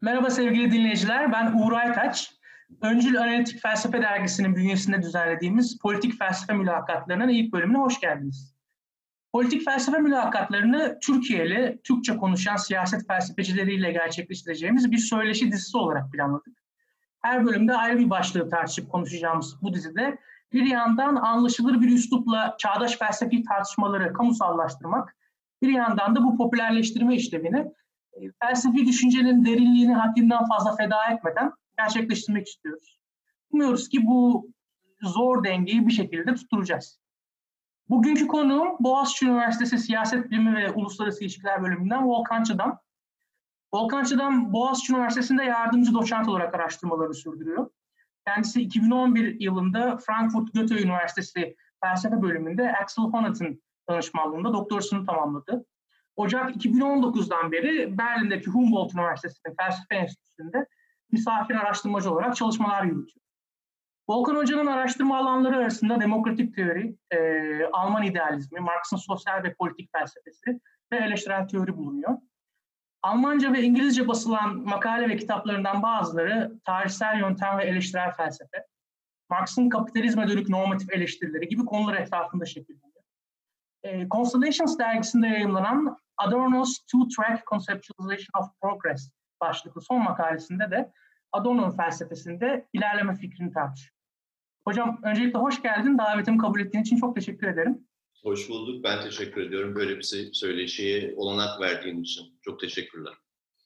Merhaba sevgili dinleyiciler, ben Uğur Aytaç. Öncül Analitik Felsefe Dergisi'nin bünyesinde düzenlediğimiz Politik Felsefe Mülakatları'nın ilk bölümüne hoş geldiniz. Politik Felsefe Mülakatları'nı Türkiye'li, Türkçe konuşan siyaset felsefecileriyle gerçekleştireceğimiz bir söyleşi dizisi olarak planladık. Her bölümde ayrı bir başlığı tartışıp konuşacağımız bu dizide bir yandan anlaşılır bir üslupla çağdaş felsefi tartışmaları kamusallaştırmak, bir yandan da bu popülerleştirme işlevini felsefi düşüncenin derinliğini haddinden fazla feda etmeden gerçekleştirmek istiyoruz. Umuyoruz ki bu zor dengeyi bir şekilde tutturacağız. Bugünkü konuğum Boğaziçi Üniversitesi Siyaset Bilimi ve Uluslararası İlişkiler Bölümünden Volkan Çıdam. Volkan Çıdam, Boğaziçi Üniversitesi'nde yardımcı doçent olarak araştırmalarını sürdürüyor. Kendisi 2011 yılında Frankfurt Goethe Üniversitesi Felsefe Bölümünde Axel Honneth'in danışmanlığında doktorasını tamamladı. Ocak 2019'dan beri Berlin'deki Humboldt Üniversitesi'nin Felsefe Enstitüsü'nde misafir araştırmacı olarak çalışmalar yürütüyor. Volkan Hoca'nın araştırma alanları arasında demokratik teori, Alman idealizmi, Marx'ın sosyal ve politik felsefesi ve eleştirel teori bulunuyor. Almanca ve İngilizce basılan makale ve kitaplarından bazıları tarihsel yöntem ve eleştirel felsefe, Marx'ın kapitalizme dönük normatif eleştirileri gibi konular etrafında şekilleniyor. Constellations dergisinde yayımlanan Adorno's Two-Track Conceptualization of Progress başlıklı son makalesinde de Adorno'nun felsefesinde ilerleme fikrini tartışıyor. Hocam öncelikle hoş geldin. Davetimi kabul ettiğin için çok teşekkür ederim. Hoş bulduk. Ben teşekkür ediyorum. Böyle bir söyleşiye olanak verdiğin için. Çok teşekkürler.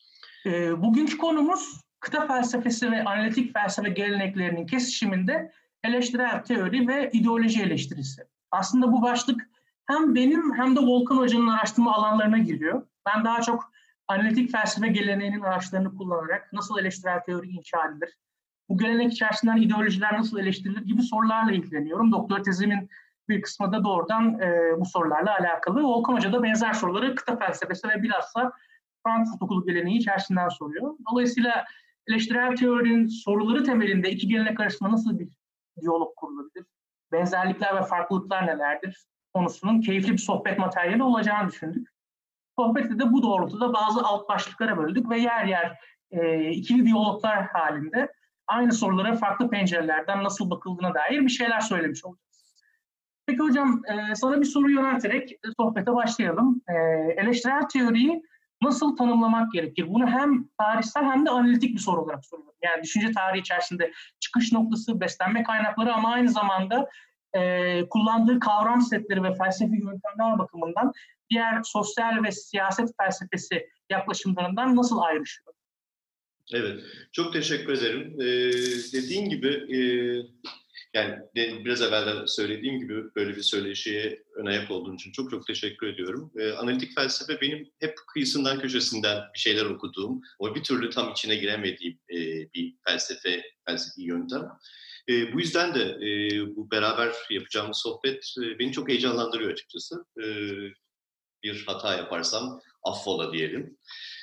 Bugünkü konumuz kıta felsefesi ve analitik felsefe geleneklerinin kesişiminde eleştirel teori ve ideoloji eleştirisi. Aslında bu başlık hem benim hem de Volkan Hoca'nın araştırma alanlarına giriyor. Ben daha çok analitik felsefe geleneğinin araçlarını kullanarak nasıl eleştirel teori inşa edilir, bu gelenek içerisinden ideolojiler nasıl eleştirilir gibi sorularla ilgileniyorum. Doktora tezimin bir kısmı da doğrudan bu sorularla alakalı. Volkan Hoca da benzer soruları kıta felsefesi ve bilhassa Frankfurt Okulu geleneği içerisinden soruyor. Dolayısıyla eleştirel teorinin soruları temelinde iki gelenek arasında nasıl bir diyalog kurulabilir, benzerlikler ve farklılıklar nelerdir konusunun keyifli bir sohbet materyali olacağını düşündük. Sohbette de bu doğrultuda bazı alt başlıklara böldük ve yer yer ikili diyaloglar halinde aynı sorulara farklı pencerelerden nasıl bakıldığına dair bir şeyler söylemiş olacağız. Peki hocam, sana bir soru yönelterek sohbete başlayalım. Eleştirel teoriyi nasıl tanımlamak gerekir? Bunu hem tarihsel hem de analitik bir soru olarak soruyorum. Yani düşünce tarihi içerisinde çıkış noktası, beslenme kaynakları ama aynı zamanda kullandığı kavram setleri ve felsefi yöntemler bakımından diğer sosyal ve siyaset felsefesi yaklaşımlarından nasıl ayrışıyor? Evet, çok teşekkür ederim. Dediğin gibi, yani biraz evvel de söylediğim gibi böyle bir söyleşiye ön ayak olduğun için çok çok teşekkür ediyorum. Analitik felsefe benim hep kıyısından köşesinden bir şeyler okuduğum ama bir türlü tam içine giremediğim bir felsefi yöntem. Bu yüzden de bu beraber yapacağımız sohbet beni çok heyecanlandırıyor açıkçası. Bir hata yaparsam affola diyelim.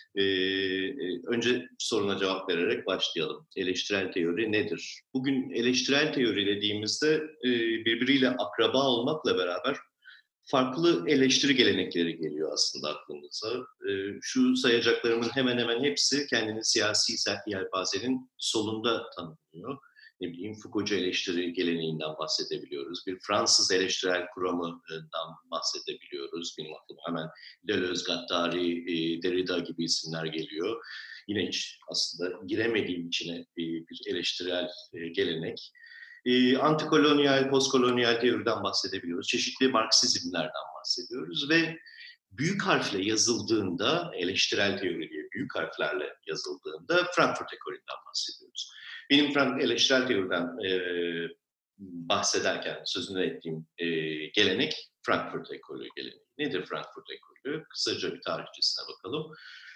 Önce soruna cevap vererek başlayalım. Eleştirel teori nedir? Bugün eleştirel teori dediğimizde birbiriyle akraba olmakla beraber farklı eleştiri gelenekleri geliyor aslında aklımıza. Şu sayacaklarımın hemen hemen hepsi kendini siyasi yelpazenin solunda tanımlıyor. Ne bileyim, Foucault'cu eleştiri geleneğinden bahsedebiliyoruz. Bir Fransız eleştirel kuramından bahsedebiliyoruz. Benim aklıma hemen Deleuze, Guattari, Derrida gibi isimler geliyor. Yine hiç aslında giremediğim içine bir eleştirel gelenek. Antikolonyal, postkolonyal teoriden bahsedebiliyoruz. Çeşitli Marksizmlerden bahsediyoruz ve büyük harfle yazıldığında, eleştirel teori diye büyük harflerle yazıldığında Frankfurt ekolünden bahsediyoruz. Benim eleştirel teoriden bahsederken sözünü ettiğim gelenek Frankfurt ekolü geleneği. Nedir Frankfurt ekolü? Kısaca bir tarihçesine bakalım.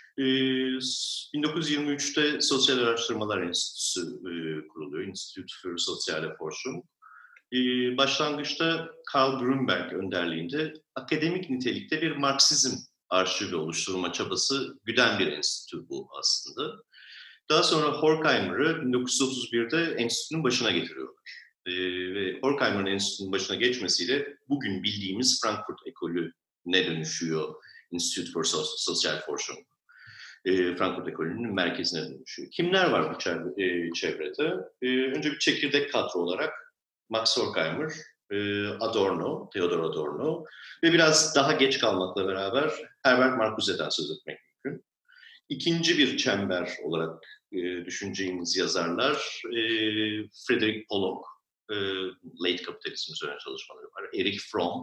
1923'te Sosyal Araştırmalar Enstitüsü kuruluyor. Institut für Soziale Forschung. Başlangıçta Karl Grünberg önderliğinde akademik nitelikte bir Marksizm arşivi oluşturma çabası güden bir enstitü bu aslında. Daha sonra Horkheimer'ı 1931'de enstitünün başına getiriyorlar. Ve Horkheimer'ın enstitünün başına geçmesiyle bugün bildiğimiz Frankfurt ekolüne dönüşüyor Institute for Social Forschung. Frankfurt Ekolü'nün merkezine dönüşüyor. Kimler var bu çevrede? Önce bir çekirdek kadro olarak Max Horkheimer, Adorno, Theodor Adorno ve biraz daha geç kalmakla beraber Herbert Marcuse'den söz etmek mümkün. İkinci bir çember olarak düşüneceğimiz yazarlar Frederick Pollock, Late Kapitalizm üzerine çalışmaları var. Erich Fromm,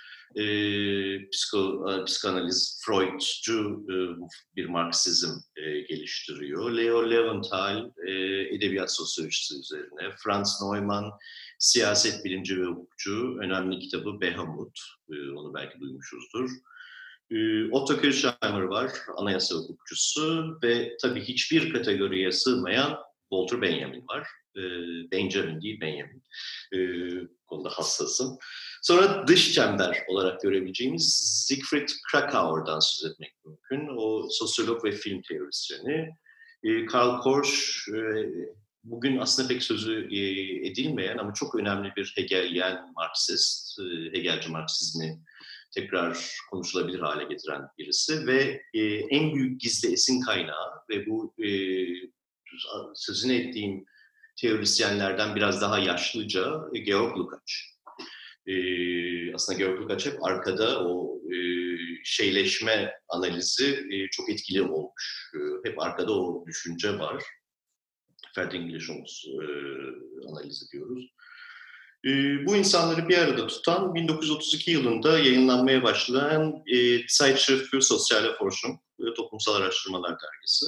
psikanaliz, Freudcu bir Marksizm geliştiriyor. Leo Leventhal, edebiyat sosyolojisi üzerine. Franz Neumann, siyaset bilimci ve hukukçu. Önemli kitabı Behemoth, onu belki duymuşuzdur. Otto Kirchheimer var, anayasa hukukçusu ve tabii hiçbir kategoriye sığmayan Walter Benjamin var. Benjamin değil, Benjamin. Konuda hassasım. Sonra dış çember olarak görebileceğimiz Siegfried Kracauer'dan söz etmek mümkün. O sosyolog ve film teorisyeni. Karl Korsch, bugün aslında pek sözü edilmeyen ama çok önemli bir Hegelian Marksist, Hegelci Marksizmi tekrar konuşulabilir hale getiren birisi ve en büyük gizli esin kaynağı ve bu sözünü ettiğim teorisyenlerden biraz daha yaşlıca Georg Lukács. Aslında Georg Lukács hep arkada o şeyleşme analizi çok etkili olmuş. Hep arkada o düşünce var. Verteidigungs analizi diyoruz. Bu insanları bir arada tutan 1932 yılında yayınlanmaya başlayan Zeitschrift für Soziale Forschung, Toplumsal Araştırmalar Dergisi.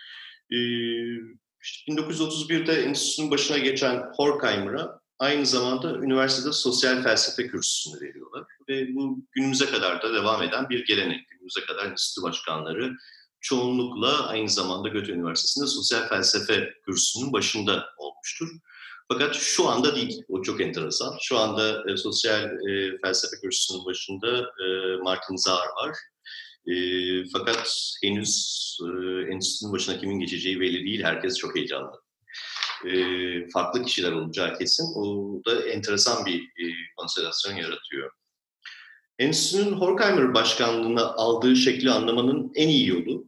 İşte 1931'de enstitünün başına geçen Horkheimer'a aynı zamanda üniversitede sosyal felsefe kürsüsünü veriyorlar. Ve bu günümüze kadar da devam eden bir gelenek. Günümüze kadar enstitü başkanları çoğunlukla aynı zamanda Goethe Üniversitesi'nde sosyal felsefe kürsüsünün başında olmuştur. Fakat şu anda değil, o çok enteresan. Şu anda sosyal felsefe kürsüsünün başında Martin Zahr var. Fakat henüz enstitünün başına kimin geçeceği belli değil, herkes çok heyecanlı. Farklı kişiler olacağı kesin, o da enteresan bir konselasyon yaratıyor. Enstitünün Horkheimer başkanlığına aldığı şekli anlamanın en iyi yolu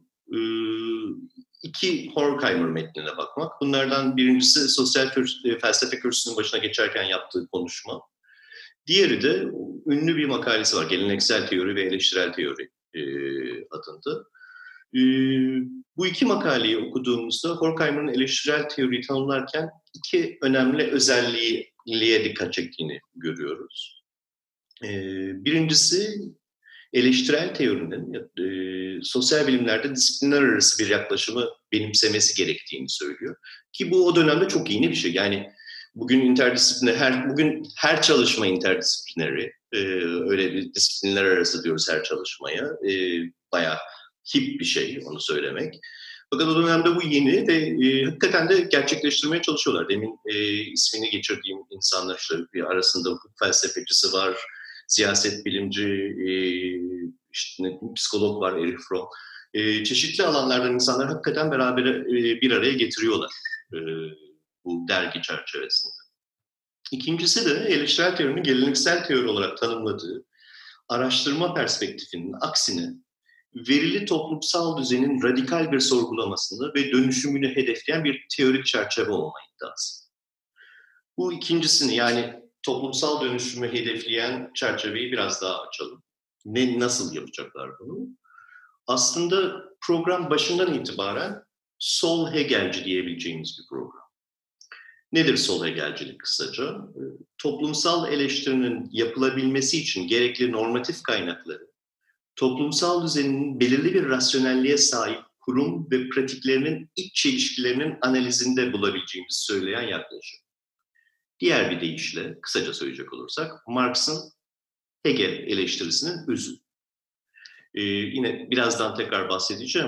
iki Horkheimer metnine bakmak. Bunlardan birincisi sosyal felsefe kürsüsünün başına geçerken yaptığı konuşma. Diğeri de ünlü bir makalesi var, Geleneksel Teori ve Eleştirel Teori adında. Bu iki makaleyi okuduğumuzda Horkheimer'ın eleştirel teoriyi tanımlarken iki önemli özelliğe dikkat çektiğini görüyoruz. Birincisi eleştirel teorinin sosyal bilimlerde disiplinler arası bir yaklaşımı benimsemesi gerektiğini söylüyor. Ki bu o dönemde çok yeni bir şey. Yani bugün bugün her çalışma interdisiplineri, öyle bir disiplinler arası diyoruz her çalışmaya. Bayağı hip bir şey onu söylemek. Fakat o dönemde bu yeni ve hakikaten de gerçekleştirmeye çalışıyorlar. Demin ismini geçirdiğim insanlar işte bir arasında hukuk felsefecisi var, siyaset bilimci, işte psikolog var, Erich Fromm. Çeşitli alanlardan insanlar hakikaten beraber bir araya getiriyorlar bu dergi çerçevesinde. İkincisi de eleştirel teorinin geleneksel teori olarak tanımladığı araştırma perspektifinin aksine verili toplumsal düzenin radikal bir sorgulamasını ve dönüşümünü hedefleyen bir teorik çerçeve olma iddiası. Bu ikincisini, yani toplumsal dönüşümü hedefleyen çerçeveyi biraz daha açalım. Nasıl yapacaklar bunu? Aslında program başından itibaren sol Hegelci diyebileceğimiz bir program. Nedir sol Hegelcilik kısaca? Toplumsal eleştirinin yapılabilmesi için gerekli normatif kaynakları, toplumsal düzenin belirli bir rasyonelliğe sahip kurum ve pratiklerinin iç çelişkilerinin analizinde bulabileceğimizi söyleyen yaklaşım. Diğer bir deyişle, kısaca söyleyecek olursak, Marx'ın Hegel eleştirisinin özü. Yine birazdan tekrar bahsedeceğim.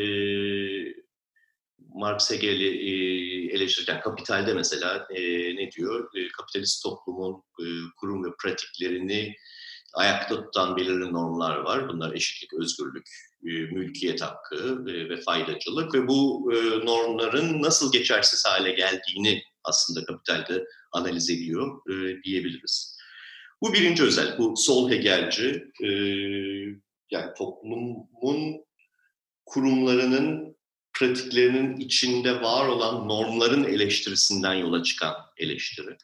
Marx Hegel'i eleştirirken Kapital'de mesela ne diyor? Kapitalist toplumun kurum ve pratiklerini ayakta tutan belirli normlar var. Bunlar eşitlik, özgürlük, mülkiyet hakkı ve faydacılık ve bu normların nasıl geçersiz hale geldiğini aslında Kapital'de analiz ediyor diyebiliriz. Bu birinci özellik, bu sol Hegelci, yani toplumun kurumlarının pratiklerinin içinde var olan normların eleştirisinden yola çıkan eleştiri.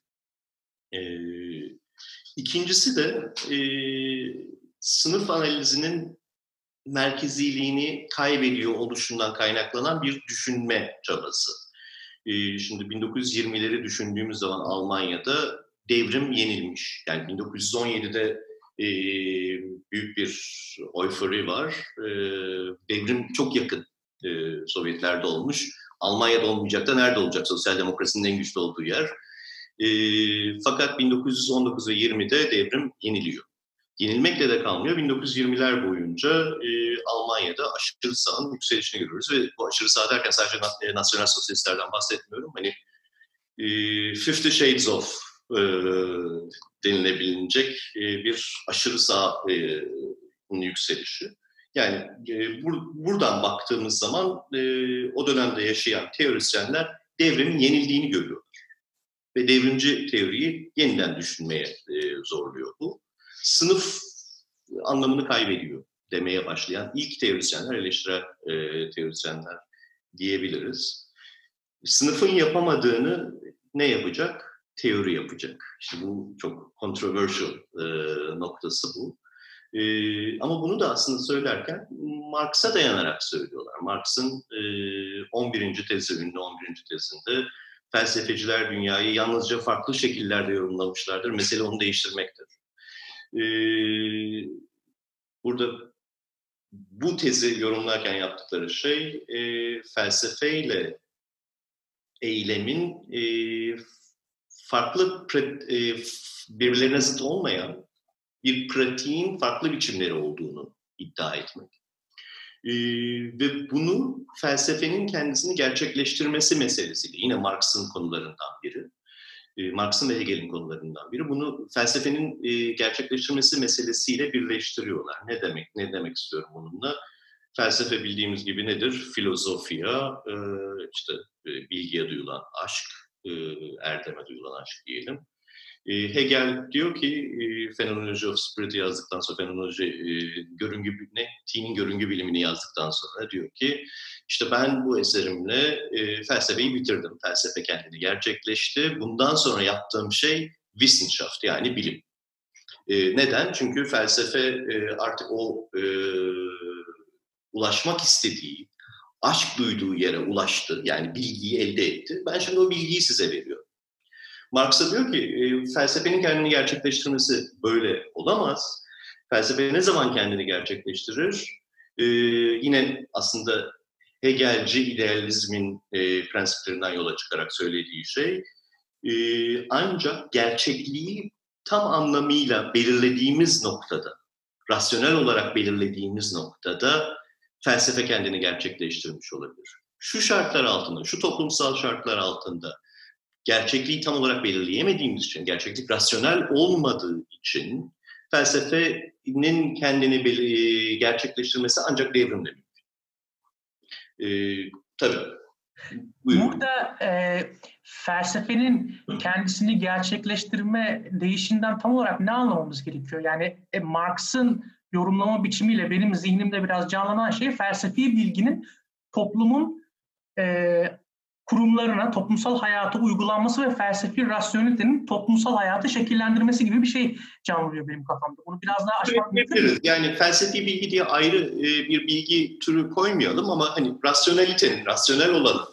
İkincisi de sınıf analizinin merkeziliğini kaybediyor oluşundan kaynaklanan bir düşünme çabası. Şimdi 1920'leri düşündüğümüz zaman Almanya'da devrim yenilmiş. Yani 1917'de büyük bir eufori var. Devrim çok yakın Sovyetlerde olmuş. Almanya'da olmayacak da nerede olacak? Sosyal demokrasinin en güçlü olduğu yer. Fakat 1919 ve 20'de devrim yeniliyor. Yenilmekle de kalmıyor. 1920'ler boyunca Almanya'da aşırı sağın yükselişini görüyoruz ve bu aşırı sağ derken sadece nasyonel sosyalistlerden bahsetmiyorum. Hani 50 Shades of denilebilecek bir aşırı sağ yükselişi. Yani buradan baktığımız zaman o dönemde yaşayan teorisyenler devrimin yenildiğini görüyorlar. Ve devrimci teoriyi yeniden düşünmeye zorluyor bu. Sınıf anlamını kaybediyor demeye başlayan ilk teorisyenler, eleştirel teorisyenler diyebiliriz. Sınıfın yapamadığını ne yapacak? Teori yapacak. İşte bu çok controversial noktası bu. Ama bunu da aslında söylerken Marx'a dayanarak söylüyorlar. Marx'ın 11. tezi, ünlü 11. tezinde felsefeciler dünyayı yalnızca farklı şekillerde yorumlamışlardır. Mesele onu değiştirmektir. Burada bu tezi yorumlarken yaptıkları şey felsefeyle eylemin farklı birbirlerine zıt olmayan bir pratiğin farklı biçimleri olduğunu iddia etmek. Ve bunu felsefenin kendisini gerçekleştirmesi meselesiyle, yine Marx'ın konularından biri, Marx'ın ve Hegel'in konularından biri, bunu felsefenin gerçekleştirmesi meselesiyle birleştiriyorlar. Ne demek istiyorum bununla? Felsefe bildiğimiz gibi nedir? Filozofya, işte bilgiye duyulan aşk, erdeme duyulan aşk diyelim. Hegel diyor ki Phenomenology of Spirit'i yazdıktan sonra, T'nin görüngü bilimini yazdıktan sonra diyor ki işte ben bu eserimle felsefeyi bitirdim. Felsefe kendini gerçekleşti. Bundan sonra yaptığım şey Wissenschaft, yani bilim. Neden? Çünkü felsefe artık o ulaşmak istediği, aşk duyduğu yere ulaştı. Yani bilgiyi elde etti. Ben şimdi o bilgiyi size veriyorum. Marx'a diyor ki felsefenin kendini gerçekleştirmesi böyle olamaz. Felsefe ne zaman kendini gerçekleştirir? Yine aslında Hegelci idealizmin prensiplerinden yola çıkarak söylediği şey, ancak gerçekliği tam anlamıyla belirlediğimiz noktada, rasyonel olarak belirlediğimiz noktada felsefe kendini gerçekleştirmiş olabilir. Şu şartlar altında, şu toplumsal şartlar altında gerçekliği tam olarak belirleyemediğimiz için, gerçeklik rasyonel olmadığı için felsefenin kendini gerçekleştirmesi ancak devrimle mümkün. Tabii. Buyurun. Burada felsefenin kendisini gerçekleştirme değişinden tam olarak ne anlamamız gerekiyor? Yani Marx'ın yorumlama biçimiyle benim zihnimde biraz canlanan şey, felsefi bilginin toplumun kurumlarına, toplumsal hayata uygulanması ve felsefi rasyonelitenin toplumsal hayatı şekillendirmesi gibi bir şey canlanıyor benim kafamda. Bunu biraz daha açmak mümkün mü? Yani felsefi bilgi diye ayrı bir bilgi türü koymayalım ama hani rasyonelitenin, rasyonel olan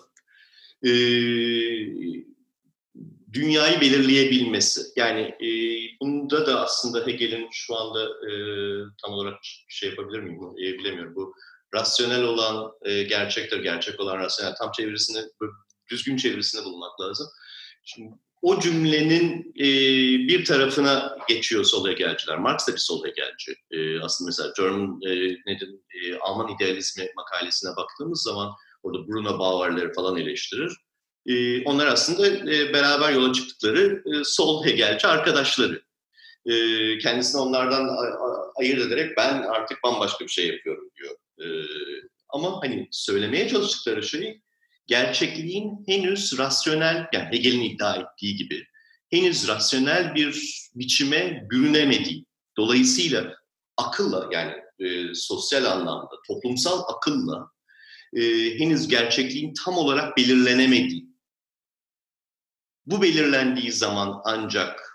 dünyayı belirleyebilmesi. Yani bunda da aslında Hegel'in şu anda tam olarak şey yapabilir miyim bilemiyorum. Bu rasyonel olan gerçektir, gerçek olan rasyonel. Tam çevirisini, düzgün çevirisini bulmak lazım. Şimdi o cümlenin bir tarafına geçiyor sol Hegelciler. Marx da bir sol Hegelci. Aslında mesela Alman idealizmi makalesine baktığımız zaman orada Bruno Bauer'leri falan eleştirir. Onlar aslında beraber yola çıktıkları sol Hegelci arkadaşları. Kendisini onlardan ayırt ederek ben artık bambaşka bir şey yapıyorum diyor. Ama hani söylemeye çalıştıkları şey, gerçekliğin henüz rasyonel, yani Hegel'in iddia ettiği gibi henüz rasyonel bir biçime bürünemediği. Dolayısıyla akılla, yani sosyal anlamda, toplumsal akılla henüz gerçekliğin tam olarak belirlenemediği. Bu belirlendiği zaman ancak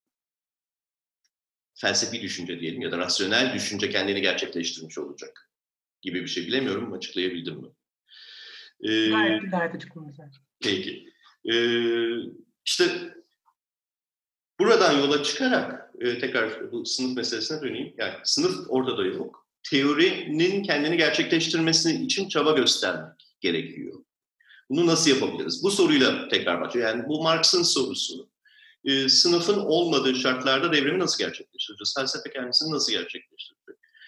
felsefi düşünce diyelim ya da rasyonel düşünce kendini gerçekleştirmiş olacak gibi bir şey. Bilemiyorum, açıklayabildim mi? Gayet açıkladınız. Peki. İşte buradan yola çıkarak tekrar bu sınıf meselesine döneyim. Yani sınıf ortada yok. Teorinin kendini gerçekleştirmesi için çaba göstermek gerekiyor. Bunu nasıl yapabiliriz? Bu soruyla tekrar başlıyor. Yani bu Marx'ın sorusu. Sınıfın olmadığı şartlarda devrimi nasıl gerçekleştireceğiz? Felsefe kendisini nasıl gerçekleştirecek?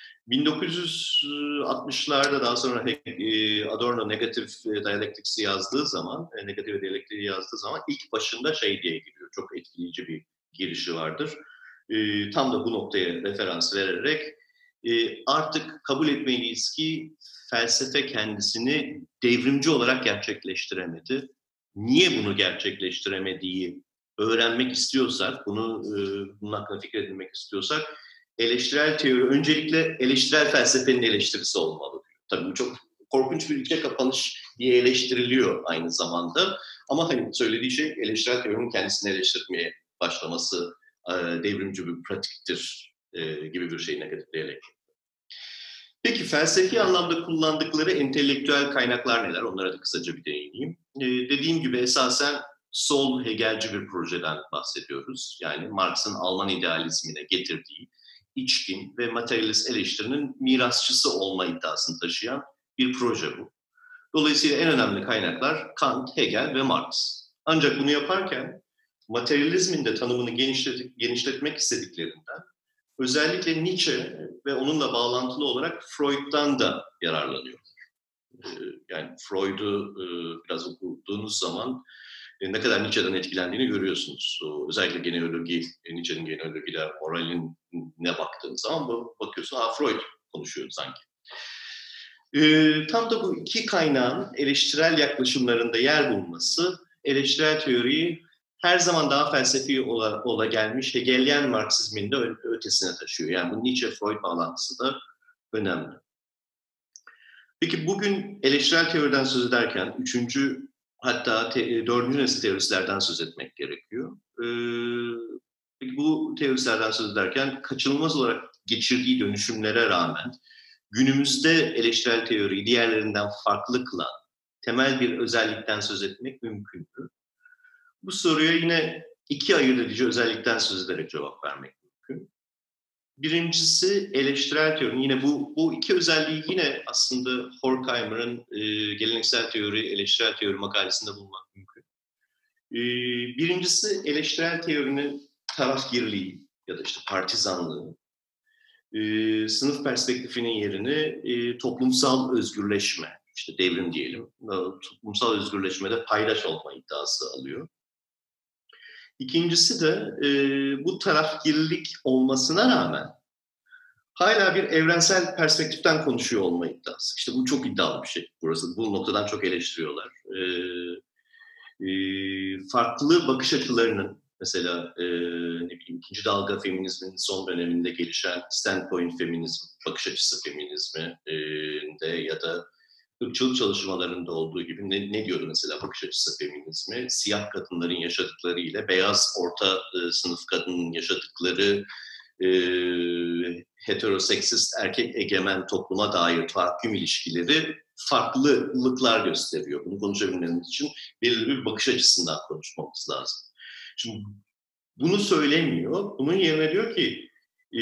1960'larda daha sonra Adorno Negative Dialectics'i yazdığı zaman, negatif diyalektiği yazdığı zaman ilk başında şey diye giriyor. Çok etkileyici bir girişi vardır. Tam da bu noktaya referans vererek artık kabul etmeliyiz ki felsefe kendisini devrimci olarak gerçekleştiremedi. Niye bunu gerçekleştiremediği öğrenmek istiyorsak, bunun hakkında fikir edinmek istiyorsak, eleştirel teori öncelikle eleştirel felsefenin eleştirisi olmalı. Tabii bu çok korkunç bir ülke kapanış diye eleştiriliyor aynı zamanda. Ama hani söylediği şey eleştirel teorinin kendisini eleştirmeye başlaması devrimci bir pratiktir gibi bir şey negatifleyerek. Peki felsefi anlamda kullandıkları entelektüel kaynaklar neler? Onlara da kısaca bir değineyim. Dediğim gibi esasen sol Hegelci bir projeden bahsediyoruz. Yani Marx'ın Alman idealizmine getirdiği içkin ve materyalist eleştirinin mirasçısı olma iddiasını taşıyan bir proje bu. Dolayısıyla en önemli kaynaklar Kant, Hegel ve Marx. Ancak bunu yaparken materyalizmin de tanımını genişletmek istediklerinden özellikle Nietzsche ve onunla bağlantılı olarak Freud'dan da yararlanıyor. Yani Freud'u biraz okuduğunuz zaman ne kadar Nietzsche'den etkilendiğini görüyorsunuz. Özellikle genealoji, Nietzsche'nin genealojiyle moraline baktığınız zaman bakıyorsun, Freud konuşuyor sanki. Tam da bu iki kaynağın eleştirel yaklaşımlarında yer bulması, eleştirel teoriyi her zaman daha felsefi ola gelmiş Hegelyen Marksizmin de ötesine taşıyor. Yani bu Nietzsche-Freud bağlantısı da önemli. Peki bugün eleştirel teoriden söz ederken üçüncü hatta dördüncü nesil teoristlerden söz etmek gerekiyor. Peki bu teoristlerden söz ederken kaçınılmaz olarak geçirdiği dönüşümlere rağmen günümüzde eleştirel teoriyi diğerlerinden farklı kılan temel bir özellikten söz etmek mümkün mü? Bu soruya yine iki ayırt edici özellikten söz ederek cevap vermek mümkün. Birincisi eleştirel teori. Yine bu iki özelliği yine aslında Horkheimer'ın geleneksel teori, eleştirel teori makalesinde bulmak mümkün. Birincisi eleştirel teorinin tarafgirliği ya da işte partizanlığı. Sınıf perspektifinin yerini toplumsal özgürleşme, işte devrim diyelim, toplumsal özgürleşmede paydaş olma iddiası alıyor. İkincisi de bu tarafgirlik olmasına rağmen hala bir evrensel perspektiften konuşuyor olma iddiası. İşte bu çok iddialı bir şey. Bu noktadan çok eleştiriyorlar. Farklı bakış açılarının, mesela ikinci dalga feminizmin son döneminde gelişen standpoint feminizm, bakış açısı feminizminde ya da ırkçılık çalışmalarında olduğu gibi ne diyordu mesela bakış açısı feminizmi? Siyah kadınların yaşadıkları ile beyaz orta sınıf kadının yaşadıkları heteroseksist erkek egemen topluma dair tahakküm ilişkileri farklılıklar gösteriyor. Bunu konuşabilmemiz için belirli bir bakış açısından konuşmamız lazım. Şimdi bunu söylemiyor. Bunun yerine diyor ki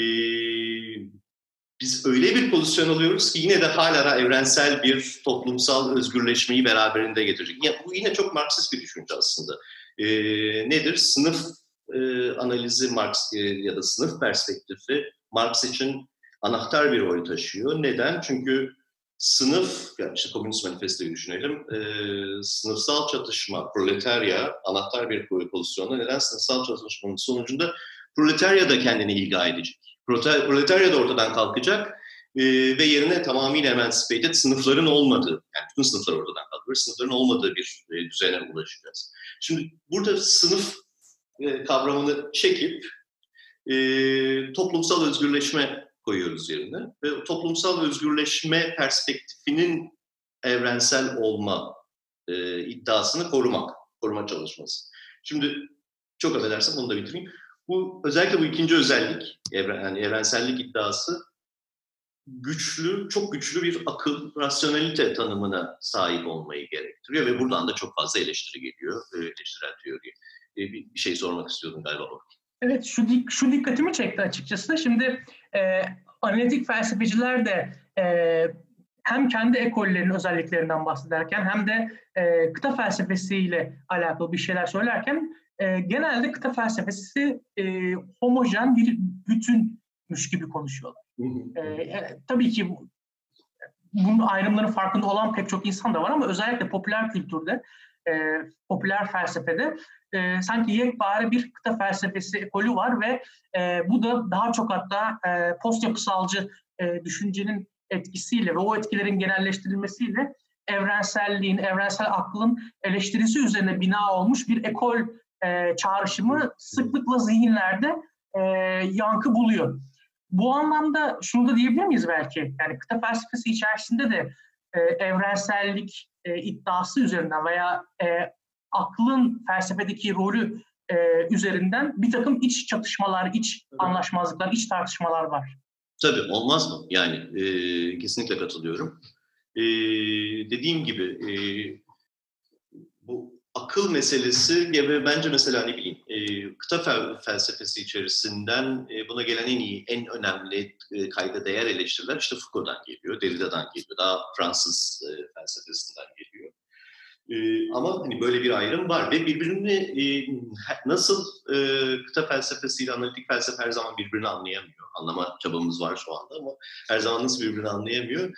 biz öyle bir pozisyon alıyoruz ki yine de hala evrensel bir toplumsal özgürleşmeyi beraberinde getirecek. Ya, bu yine çok Marksist bir düşünce aslında. Nedir? Sınıf analizi Marx ya da sınıf perspektifi Marx için anahtar bir rol taşıyor. Neden? Çünkü sınıf, yani işte Komünist Manifesto'yu düşünelim, sınıfsal çatışma, proletarya anahtar bir pozisyonda. Neden? Sınıfsal çatışmanın sonucunda proletarya da kendini ilga edecek. Proletarya da ortadan kalkacak ve yerine tamamıyla emancipated sınıfların olmadığı, yani bütün sınıflar ortadan kalkıyor, sınıfların olmadığı bir düzene ulaşacağız. Şimdi burada sınıf kavramını çekip toplumsal özgürleşme koyuyoruz yerine ve toplumsal özgürleşme perspektifinin evrensel olma iddiasını koruma çalışması. Şimdi çok affedersin bunu da bitireyim. Özellikle bu ikinci özellik, yani evrensellik iddiası çok güçlü bir akıl, rasyonelite tanımına sahip olmayı gerektiriyor ve buradan da çok fazla eleştiri geliyor, eleştirel teoriye. Bir şey sormak istiyordum galiba. Evet, şu dikkatimi çekti açıkçası. Şimdi analitik felsefeciler de hem kendi ekollerinin özelliklerinden bahsederken hem de kıta felsefesiyle alakalı bir şeyler söylerken genelde kıta felsefesi homojen bir bütünmüş gibi konuşuyorlar. Tabii ki bunun ayrımların farkında olan pek çok insan da var ama özellikle popüler kültürde, popüler felsefede sanki yekpare bir kıta felsefesi ekolü var ve bu da daha çok hatta post yapısalcı düşüncenin etkisiyle ve o etkilerin genelleştirilmesiyle evrenselliğin, evrensel aklın eleştirisi üzerine bina olmuş bir ekol çağrışımı sıklıkla zihinlerde yankı buluyor. Bu anlamda şunu da diyebilir miyiz belki? Yani kıta felsefesi içerisinde de evrensellik iddiası üzerinden veya aklın felsefedeki rolü üzerinden bir takım iç çatışmalar, iç anlaşmazlıklar, iç tartışmalar var. Tabii, olmaz mı? Yani kesinlikle katılıyorum. Dediğim gibi bu akıl meselesi gibi bence mesela ne bileyim kıta felsefesi içerisinden buna gelen en önemli kayda değer eleştiriler işte Foucault'dan geliyor, Derrida'dan geliyor, daha Fransız felsefesinden geliyor. Ama hani böyle bir ayrım var ve birbirini nasıl kıta felsefesiyle analitik felsefe her zaman birbirini anlayamıyor. Anlama çabamız var şu anda ama her zaman nasıl birbirini anlayamıyor.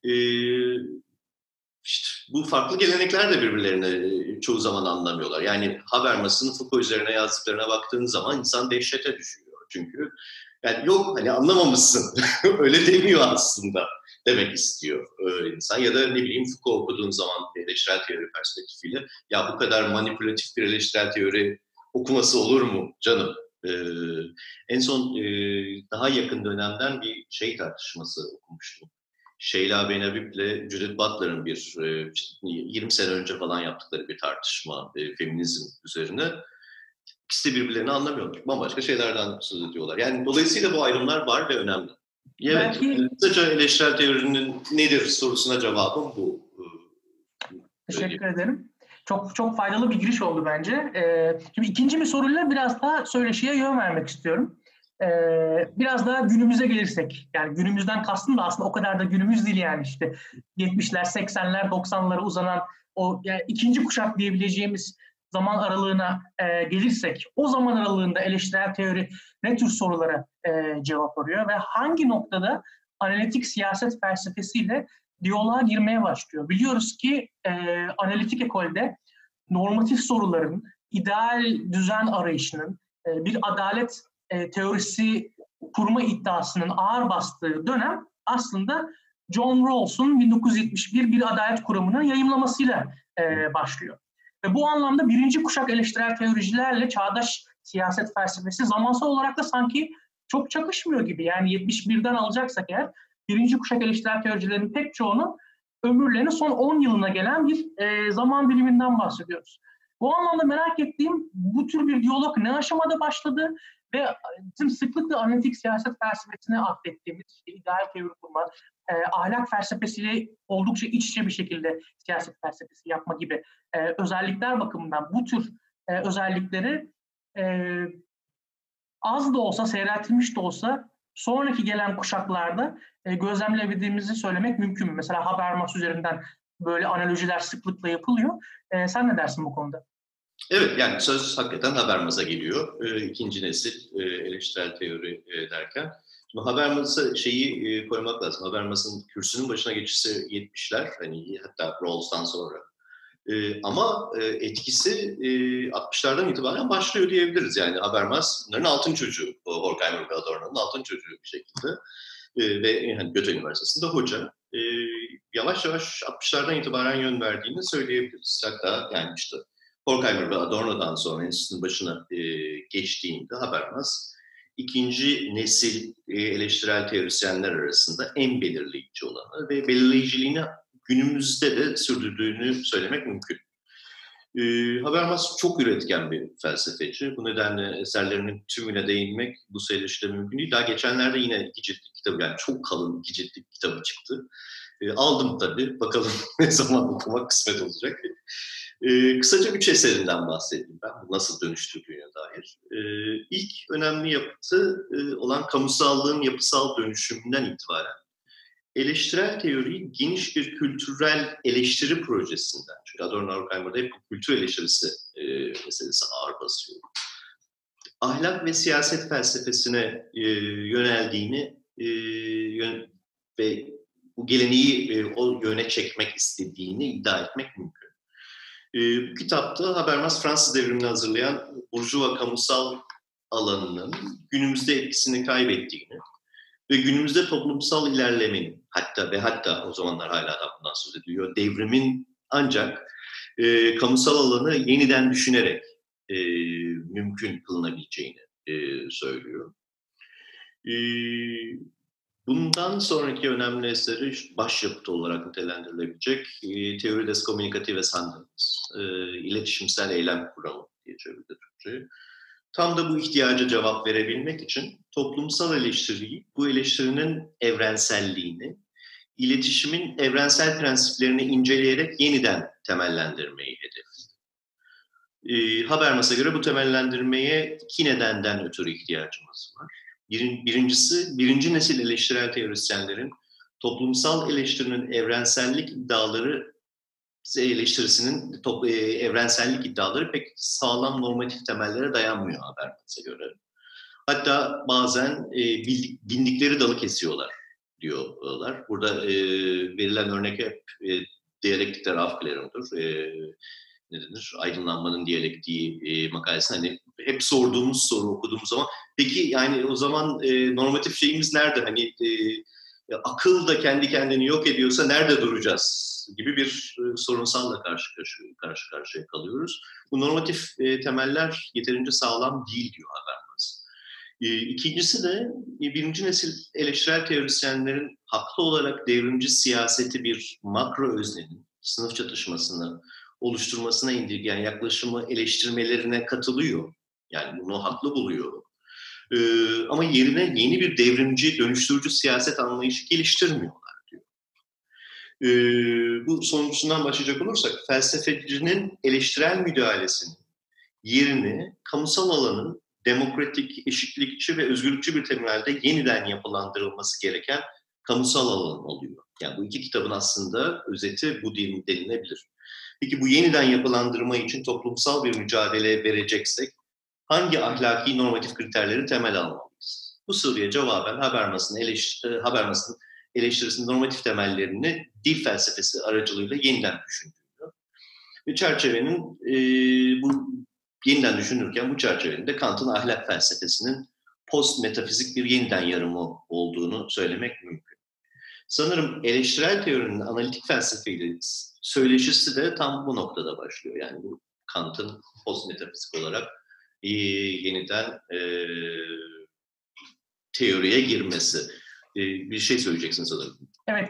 İşte bu farklı gelenekler de birbirlerini çoğu zaman anlamıyorlar. Yani Habermas'ın Foucault üzerine yazdıklarına baktığın zaman insan dehşete düşüyor. Çünkü yani yok hani anlamamışsın öyle demiyor aslında demek istiyor insan. Ya da ne bileyim Foucault okuduğun zaman eleştirel teori perspektifiyle ya bu kadar manipülatif bir eleştirel teori okuması olur mu canım? En son daha yakın dönemden bir şey tartışması okumuştum. Sheila Benhabib'le Judith Butler'ın bir 20 sene önce falan yaptıkları bir tartışma feminizm üzerine. İkisi de birbirlerini anlamıyorlar. Bambaşka şeylerden söz ediyorlar. Yani dolayısıyla bu ayrımlar var ve önemli. Evet, kısaca eleştirel teorinin nedir sorusuna cevabım bu. Teşekkür ederim. Çok faydalı bir giriş oldu bence. Şimdi ikinci bir soruyla biraz daha söyleşiye yön vermek istiyorum. Biraz daha günümüze gelirsek, yani günümüzden kastım da aslında o kadar da günümüz değil yani işte 70'ler, 80'ler, 90'lara uzanan o yani ikinci kuşak diyebileceğimiz zaman aralığına gelirsek, o zaman aralığında eleştirel teori ne tür sorulara cevap arıyor ve hangi noktada analitik siyaset felsefesiyle diyaloğa girmeye başlıyor? Biliyoruz ki analitik ekolde normatif soruların, ideal düzen arayışının, bir adalet teorisi kurma iddiasının ağır bastığı dönem aslında John Rawls'un 1971 bir adalet kuramının yayımlamasıyla başlıyor. Ve bu anlamda birinci kuşak eleştirel teoricilerle çağdaş siyaset felsefesi zamansal olarak da sanki çok çakışmıyor gibi. Yani 71'den alacaksak eğer birinci kuşak eleştirel teoricilerin pek çoğunu ömürlerinin son 10 yılına gelen bir zaman diliminden bahsediyoruz. Bu anlamda merak ettiğim bu tür bir diyalog ne aşamada başladı ve bizim sıklıkla analitik siyaset felsefesine atfettiğimiz işte ideal teori kurma, ahlak felsefesiyle oldukça iç içe bir şekilde siyaset felsefesi yapma gibi özellikler bakımından bu tür özellikleri az da olsa, seyreltilmiş de olsa sonraki gelen kuşaklarda gözlemleyebildiğimizi söylemek mümkün mü? Mesela Habermas üzerinden böyle analojiler sıklıkla yapılıyor. Sen ne dersin bu konuda? Evet, yani söz hakikaten Habermas'a geliyor. İkinci nesil eleştirel teori derken. Şimdi Habermas'a şeyi koymak lazım. Habermas'ın kürsünün başına geçişi 70'ler, hani hatta Rawls'tan sonra. Ama etkisi 60'lardan itibaren başlıyor diyebiliriz. Yani Habermas bunların altın çocuğu, Horkheimer ve Adorno'nun altın çocuğu bir şekilde. Ve yani Goethe Üniversitesi'nde hoca. Yavaş yavaş 60'lardan itibaren yön verdiğini söyleyebiliriz. Hatta yani işte Horkheimer ve Adorno'dan sonra enstitünün başına geçtiğinde Habermas ikinci nesil eleştirel teorisyenler arasında en belirleyici olanı ve belirleyiciliğini günümüzde de sürdürdüğünü söylemek mümkün. Habermas çok üretken bir felsefeci. Bu nedenle eserlerinin tümüne değinmek bu seride mümkün değil. Daha geçenlerde yine 2 ciltlik kitabı, yani çok kalın 2 ciltlik kitabı çıktı. Aldım tabii. Bakalım ne zaman okumak kısmet olacak. Kısaca 3 eserinden bahsedeyim ben. Bu nasıl dönüştürdüğüne dair. İlk önemli yapıtı olan kamusallığın yapısal dönüşümünden itibaren eleştirel teoriyi geniş bir kültürel eleştiri projesinden, çünkü Adorno Horkheimer'da hep kültür eleştirisi meselesi ağır basıyor, ahlak ve siyaset felsefesine yöneldiğini ve bu geleneği o yöne çekmek istediğini iddia etmek mümkün. Bu kitapta Habermas Fransız devrimini hazırlayan burjuva kamusal alanının günümüzde etkisini kaybettiğini ve günümüzde toplumsal ilerlemenin, hatta o zamanlar hala da bundan söz ediliyor, devrimin ancak kamusal alanı yeniden düşünerek mümkün kılınabileceğini söylüyor. Bundan sonraki önemli eseri başyapıt olarak nitelendirilebilecek Théorie des communicatives handels, iletişimsel eylem kuramı diye çevirdi Türkçe'ye. Tam da bu ihtiyaca cevap verebilmek için toplumsal eleştiriyi, bu eleştirinin evrenselliğini, iletişimin evrensel prensiplerini inceleyerek yeniden temellendirmeyi hedefledi. Habermas'a göre bu temellendirmeye 2 nedenden ötürü ihtiyacımız var. Birincisi, birinci nesil eleştirel teorisyenlerin toplumsal eleştirinin evrensellik iddiaları evrensellik iddiaları pek sağlam normatif temellere dayanmıyor Habermas'a göre. Hatta bazen bindikleri dalı kesiyorlar diyorlar. Burada verilen örnek hep diyalektikler Aufklärung'dur. Ne denir? Aydınlanmanın diyalektiği makalesi. Hani hep sorduğumuz soru okuduğumuz zaman, peki yani o zaman normatif şeyimiz nerede? Hani akıl da kendi kendini yok ediyorsa nerede duracağız gibi bir sorunsalla karşı karşıya kalıyoruz. Bu normatif temeller yeterince sağlam değil diyor Habermas. İkincisi de birinci nesil eleştirel teorisyenlerin haklı olarak devrimci siyaseti bir makro öznenin sınıf çatışmasını oluşturmasına indirgeyen yaklaşımı eleştirmelerine katılıyor. Yani bunu haklı buluyor. Ama yerine yeni bir devrimci, dönüştürücü siyaset anlayışı geliştirmiyorlar diyor. Bu sonuncusundan başlayacak olursak, felsefecinin eleştirel müdahalesinin yerini kamusal alanın demokratik, eşitlikçi ve özgürlükçü bir temelde yeniden yapılandırılması gereken kamusal alan oluyor. Yani bu 2 kitabın aslında özeti bu denilebilir. Peki bu yeniden yapılandırma için toplumsal bir mücadele vereceksek hangi ahlaki normatif kriterleri temel almalıyız? Bu soruya cevaben Habermas'ın eleştirisinin normatif temellerini dil felsefesi aracılığıyla yeniden düşündürüyor. Ve çerçevenin bu yeniden düşünürken bu çerçevenin de Kant'ın ahlak felsefesinin post metafizik bir yeniden yarımı olduğunu söylemek mümkün. Sanırım eleştirel teorinin analitik felsefeyle söyleşisi de tam bu noktada başlıyor. Yani bu Kant'ın post metafizik olarak yeniden teoriye girmesi. Bir şey söyleyeceksin sanırım. Evet,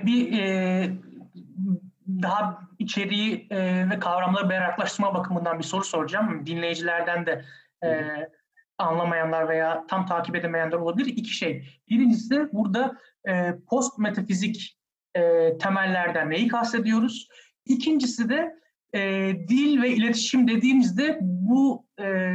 daha içeriği ve kavramları berraklaştırma bakımından bir soru soracağım. Dinleyicilerden de anlamayanlar veya tam takip edemeyenler olabilir. 2 şey. Birincisi, burada post metafizik temellerden neyi kastediyoruz? İkincisi de dil ve iletişim dediğimizde bu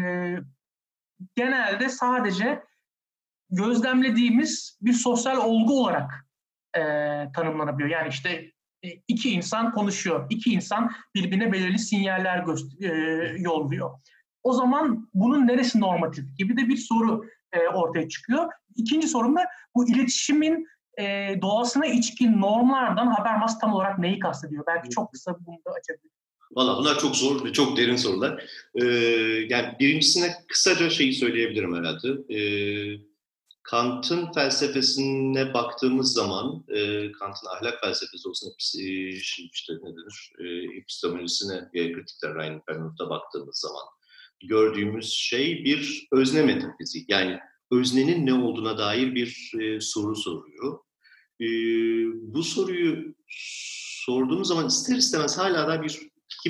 genelde sadece gözlemlediğimiz bir sosyal olgu olarak tanımlanabiliyor. Yani işte 2 insan konuşuyor, 2 insan birbirine belirli sinyaller yolluyor. O zaman bunun neresi normatif gibi de bir soru ortaya çıkıyor. İkinci sorum da bu iletişimin doğasına içkin normlardan Habermas tam olarak neyi kastediyor? Belki çok kısa bunu da açabilirim. Valla bunlar çok zor ve çok derin sorular. Yani birincisine kısaca şeyi söyleyebilirim herhalde. Kant'ın felsefesine baktığımız zaman, Kant'ın ahlak felsefesi olsun, işte ne denir, epistemolojisine, kritikler Reinhard Fernundt'a baktığımız zaman gördüğümüz şey bir özne metafiziği. Yani öznenin ne olduğuna dair bir soru soruyor. Bu soruyu sorduğumuz zaman ister istemez hala da bir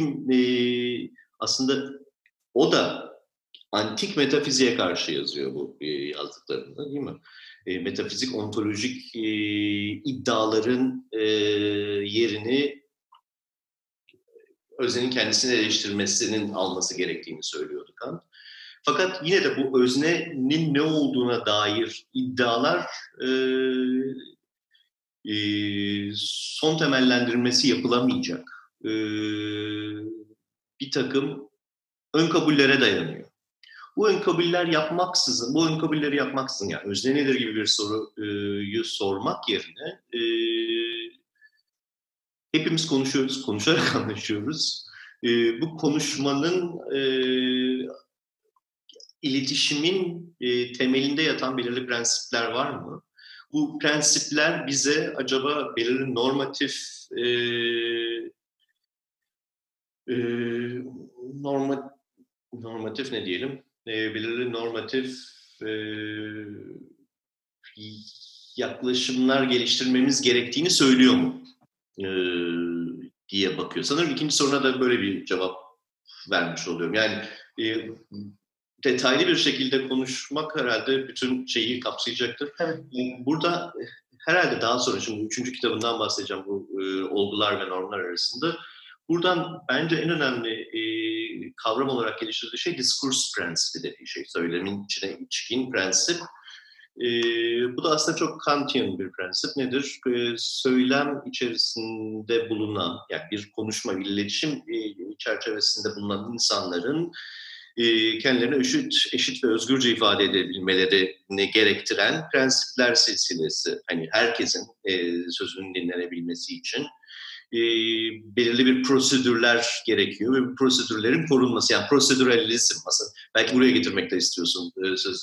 aslında o da antik metafiziğe karşı yazıyor bu yazdıklarında, değil mi? Metafizik, ontolojik iddiaların yerini öznenin kendisini eleştirmesinin alması gerektiğini söylüyordu Kant. Fakat yine de bu öznenin ne olduğuna dair iddialar son temellendirmesi yapılamayacak bir takım ön kabullere dayanıyor. Bu ön kabulleri yapmaksızın yani özne nedir gibi bir soruyu sormak yerine hepimiz konuşuyoruz, konuşarak anlaşıyoruz. Bu konuşmanın iletişimin temelinde yatan belirli prensipler var mı? Bu prensipler bize acaba belirli normatif ne diyelim? Belirli normatif yaklaşımlar geliştirmemiz gerektiğini söylüyor mu? Diye bakıyor. Sanırım ikinci soruna da böyle bir cevap vermiş oluyorum. Yani detaylı bir şekilde konuşmak herhalde bütün şeyi kapsayacaktır. Evet. Burada herhalde daha sonra şimdi 3. kitabından bahsedeceğim bu olgular ve normlar arasında. Buradan bence en önemli kavram olarak geliştirdiği şey diskurs prensibi dediği şey. Söylemin içine içkin prensip. Bu da aslında çok Kantian bir prensip. Nedir? Söylem içerisinde bulunan, yani bir konuşma, bir iletişim çerçevesinde bulunan insanların kendilerini eşit ve özgürce ifade edebilmelerini gerektiren prensipler silsilesi. Hani herkesin sözünün dinlenebilmesi için belirli bir prosedürler gerekiyor ve bu prosedürlerin korunması, yani prosedüralizm aslında. Belki buraya getirmek de istiyorsun sözü.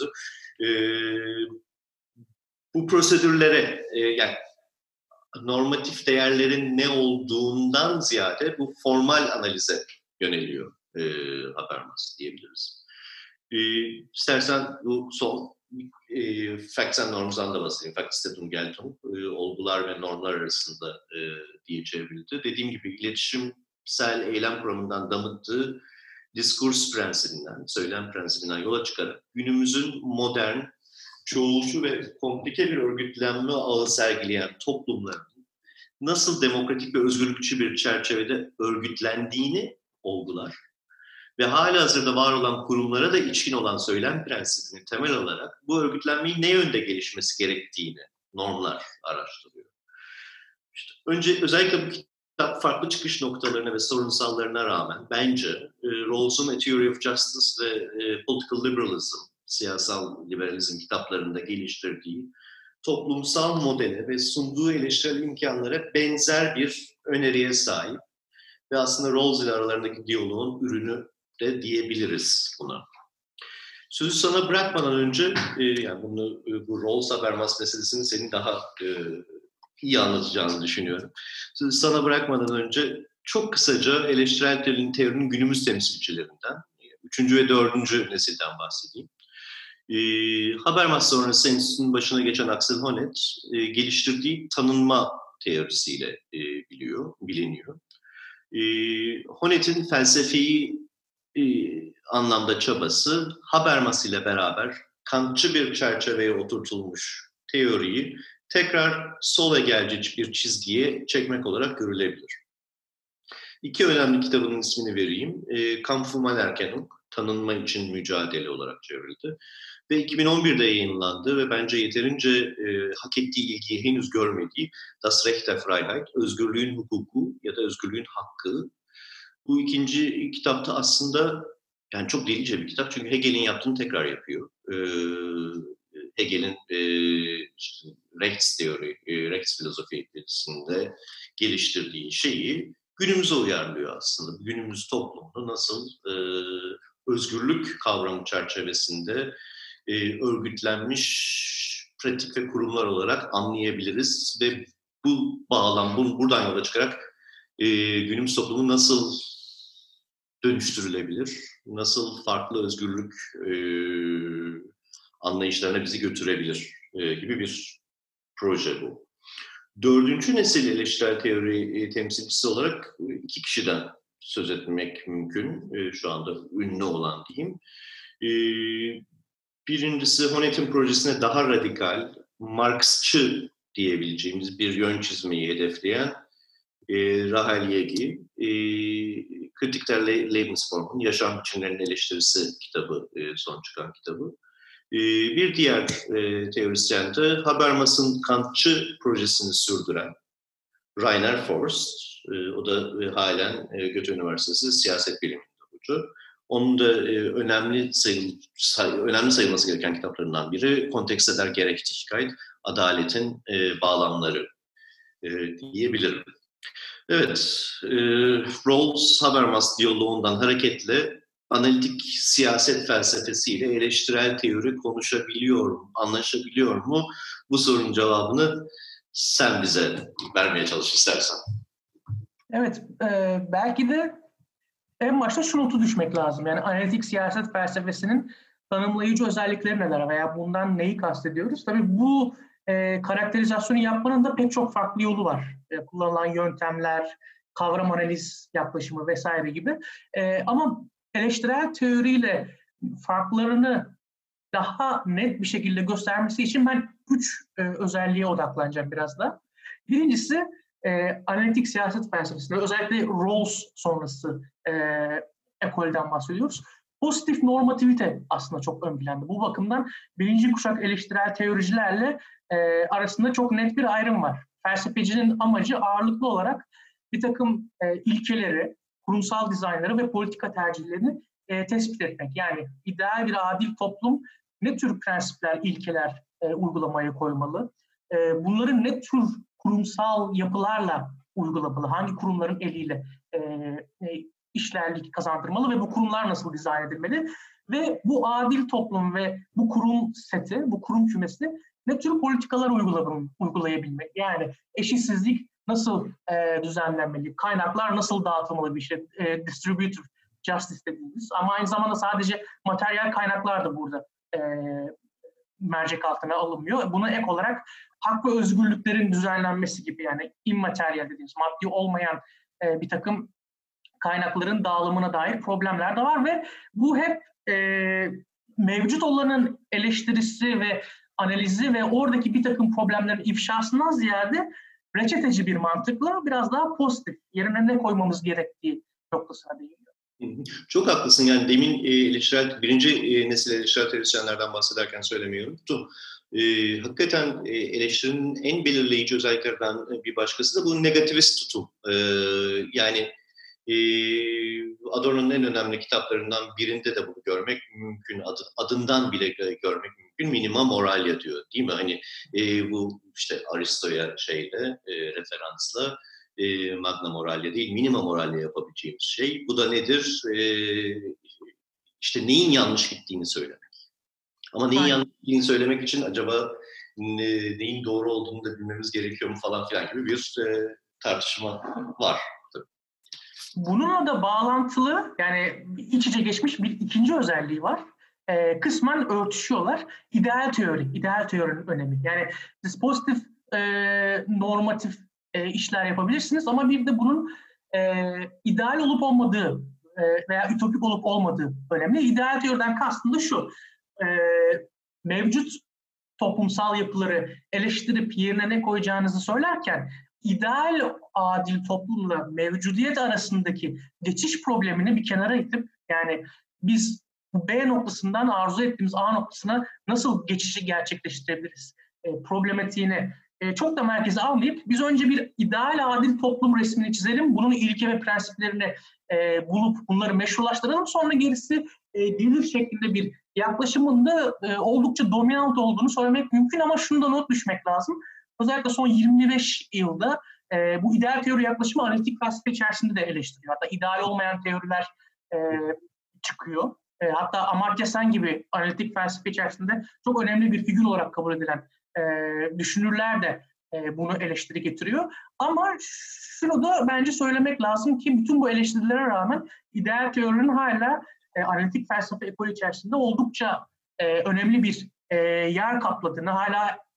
Bu prosedürlere yani normatif değerlerin ne olduğundan ziyade bu formal analize yöneliyor Habermas diyebiliriz. İstersen bu son Facts and Norms'dan da bahsedeyim. Facts und Geltung, olgular ve normlar arasında diye çevrildi. Dediğim gibi iletişimsel eylem kuramından damıttığı diskurs prensibinden, söylem prensibinden yola çıkarak günümüzün modern, çoğulcu ve komplike bir örgütlenme ağı sergileyen toplumların nasıl demokratik ve özgürlükçü bir çerçevede örgütlendiğini olgular ve halihazırda var olan kurumlara da içkin olan söylem prensibini temel alarak bu örgütlenmeyi ne yönde gelişmesi gerektiğini normlar araştırıyor. İşte önce özellikle bu kitap farklı çıkış noktalarına ve sorunsallarına rağmen bence Rawls'un A Theory of Justice ve Political Liberalism, siyasal liberalizm kitaplarında geliştirdiği toplumsal modele ve sunduğu eleştirel imkanlara benzer bir öneriye sahip ve aslında Rawls ile aralarındaki diyaloğun ürünü de diyebiliriz buna. Sözü sana bırakmadan önce, yani bu Rawls Habermas meselesini senin daha iyi anlatacağını düşünüyorum. Sözü sana bırakmadan önce çok kısaca eleştirel teorinin günümüz temsilcilerinden, 3. ve 4. nesilden bahsedeyim. Habermas sonrası enstitünün başına geçen Axel Honneth geliştirdiği tanınma teorisiyle biliniyor. Honneth'in felsefeyi anlamda çabası Habermas ile beraber Kantçı bir çerçeveye oturtulmuş teoriyi tekrar sol egelci bir çizgiye çekmek olarak görülebilir. İki önemli kitabının ismini vereyim. Kampf um Anerkennung, Tanınma için Mücadele olarak çevrildi. Ve 2011'de yayınlandı ve bence yeterince hak ettiği ilgiyi henüz görmediği Das Recht der Freiheit, Özgürlüğün Hukuku ya da Özgürlüğün Hakkı. Bu ikinci kitapta aslında yani çok delice bir kitap çünkü Hegel'in yaptığını tekrar yapıyor. Hegel'in işte Rechtsfilosofisinde geliştirdiği şeyi günümüze uyarlıyor aslında. Günümüz toplumunda nasıl özgürlük kavramı çerçevesinde örgütlenmiş pratik ve kurumlar olarak anlayabiliriz ve bu bağlam, buradan yola çıkarak günümüz toplumu nasıl dönüştürülebilir, nasıl farklı özgürlük anlayışlarına bizi götürebilir gibi bir proje bu. Dördüncü nesil eleştirel teori temsilcisi olarak iki kişiden söz etmek mümkün. Şu anda ünlü olan diyeyim. Birincisi Honneth'in projesine daha radikal, Marksçı diyebileceğimiz bir yön çizmeyi hedefleyen Rahel Yegi. Kritik der Lebensform'un Yaşam Biçimlerinin Eleştirisi kitabı, son çıkan kitabı. Bir diğer teorisyen de Habermas'ın Kantçı projesini sürdüren Rainer Forst. O da halen Goethe Üniversitesi siyaset biliminde hoca. Onun da önemli sayılması gereken kitaplarından biri Kontekste der Gerechtigkeit, Adaletin Bağlamları diyebilirim. Evet, Rawls-Habermas diyaloğundan hareketle analitik siyaset felsefesiyle eleştirel teori konuşabiliyor mu, anlaşabiliyor mu? Bu sorunun cevabını sen bize vermeye çalış istersen. Evet, belki de en başta şu notu düşmek lazım. Yani analitik siyaset felsefesinin tanımlayıcı özellikleri neler veya bundan neyi kastediyoruz? Tabii bu karakterizasyonu yapmanın da pek çok farklı yolu var. Kullanılan yöntemler, kavram analiz yaklaşımı vesaire gibi. Ama eleştirel teoriyle farklarını daha net bir şekilde göstermesi için ben 3 özelliğe odaklanacağım biraz da. Birincisi analitik siyaset felsefesinde özellikle Rawls sonrası ekolden bahsediyoruz. Pozitif normativite aslında çok ön planda. Bu bakımdan birinci kuşak eleştirel teoricilerle arasında çok net bir ayrım var. Felsefecinin amacı ağırlıklı olarak bir takım ilkeleri, kurumsal dizaynları ve politika tercihlerini tespit etmek. Yani ideal bir adil toplum ne tür prensipler, ilkeler uygulamaya koymalı? Bunların ne tür kurumsal yapılarla uygulamalı? Hangi kurumların eliyle işlerlik kazandırmalı ve bu kurumlar nasıl dizayn edilmeli? Ve bu adil toplum ve bu kurum seti, bu kurum kümesi ne tür politikalar uygulayabilmek? Yani eşitsizlik nasıl düzenlenmeli? Kaynaklar nasıl dağıtılmalı bir şey? Distributive justice dediğimiz. Ama aynı zamanda sadece materyal kaynaklar da burada mercek altına alınmıyor. Buna ek olarak hak ve özgürlüklerin düzenlenmesi gibi yani immateryal dediğimiz maddi olmayan bir takım kaynakların dağılımına dair problemler de var ve bu hep mevcut olanın eleştirisi ve analizi ve oradaki bir takım problemlerin ifşasından ziyade reçeteci bir mantıkla biraz daha pozitif, yerine ne koymamız gerektiği noktasına değiniyor. Çok haklısın. Yani demin birinci nesil eleştirel teorisyenlerden bahsederken söylemeyi unuttum. Hakikaten eleştirinin en belirleyici özelliklerinden bir başkası da bu negativist tutum. Yani Adorno'nun en önemli kitaplarından birinde de bunu görmek mümkün. Adından bile görmek mümkün. Minima moralia diyor, değil mi? Hani bu işte Aristo'ya referansla Magna Moralia değil, Minima Moralia yapabileceğimiz şey. Bu da nedir? İşte neyin yanlış gittiğini söylemek. Ama neyin yanlış gittiğini söylemek için acaba neyin doğru olduğunu da bilmemiz gerekiyor mu falan filan gibi bir tartışma var. Bununla da bağlantılı, yani iç içe geçmiş bir ikinci özelliği var. Kısmen örtüşüyorlar. İdeal teorinin önemi. Yani dispozitif, normatif işler yapabilirsiniz ama bir de bunun ideal olup olmadığı veya ütopik olup olmadığı önemli. İdeal teoriden kastım da şu, mevcut toplumsal yapıları eleştirip yerine ne koyacağınızı söylerken ideal adil toplumla mevcudiyet arasındaki geçiş problemini bir kenara itip yani biz B noktasından arzu ettiğimiz A noktasına nasıl geçişi gerçekleştirebiliriz problematiğini çok da merkeze almayıp biz önce bir ideal adil toplum resmini çizelim, bunun ilke ve prensiplerini bulup bunları meşrulaştıralım, sonra gerisi gelir şeklinde bir yaklaşımın da oldukça dominant olduğunu söylemek mümkün ama şunu da not düşmek lazım. Özellikle son 25 yılda bu ideal teori yaklaşımı analitik felsefe içerisinde de eleştiriyor. Hatta ideal olmayan teoriler çıkıyor. Hatta Amartya Sen gibi analitik felsefe içerisinde çok önemli bir figür olarak kabul edilen düşünürler de bunu eleştiri getiriyor. Ama şunu da bence söylemek lazım ki bütün bu eleştirilere rağmen ideal teorinin hala analitik felsefe ekolü içerisinde oldukça önemli bir yer kapladığını, hala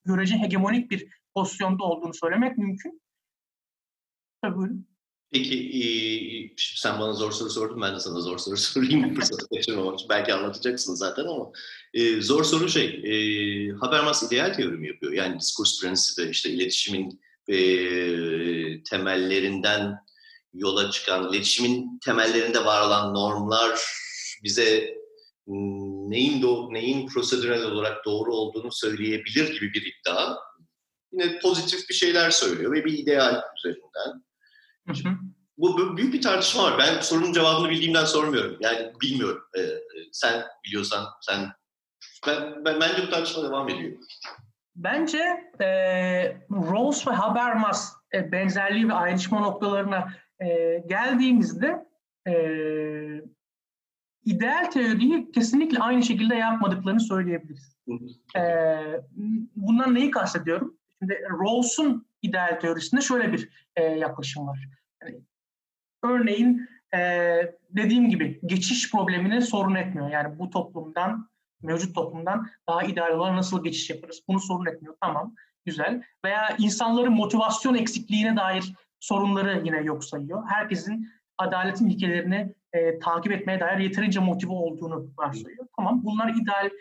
görece hegemonik bir pozisyonda olduğunu söylemek mümkün. Tabii buyurun. Peki sen bana zor soru sordun, ben de sana zor soru sorayım fırsatı kaçırmamak için. Belki anlatacaksın zaten ama zor soru Habermas ideal teori mi yapıyor? Yani diskurs prensibi, işte iletişimin temellerinden yola çıkan, iletişimin temellerinde var olan normlar bize neyin prosedürel olarak doğru olduğunu söyleyebilir gibi bir iddia. Yine pozitif bir şeyler söylüyor ve bir ideal üzerinden. Bu büyük bir tartışma var. Ben sorunun cevabını bildiğimden sormuyorum. Yani bilmiyorum. Sen biliyorsan bence bu tartışma devam ediyor. Bence Rawls ve Habermas benzerliği ve ayrışma noktalarına geldiğimizde ideal teoriyi kesinlikle aynı şekilde yapmadıklarını söyleyebiliriz. Bundan neyi kastediyorum? Şimdi Rawls'un ideal teorisinde şöyle bir yaklaşım var. Yani, örneğin dediğim gibi geçiş problemini sorun etmiyor. Yani bu toplumdan, mevcut toplumdan daha ideal olarak nasıl geçiş yaparız? Bunu sorun etmiyor. Tamam, güzel. Veya insanların motivasyon eksikliğine dair sorunları yine yok sayıyor. Herkesin adaletin ilkelerini takip etmeye dair yeterince motive olduğunu varsayıyor. Tamam, bunlar ideal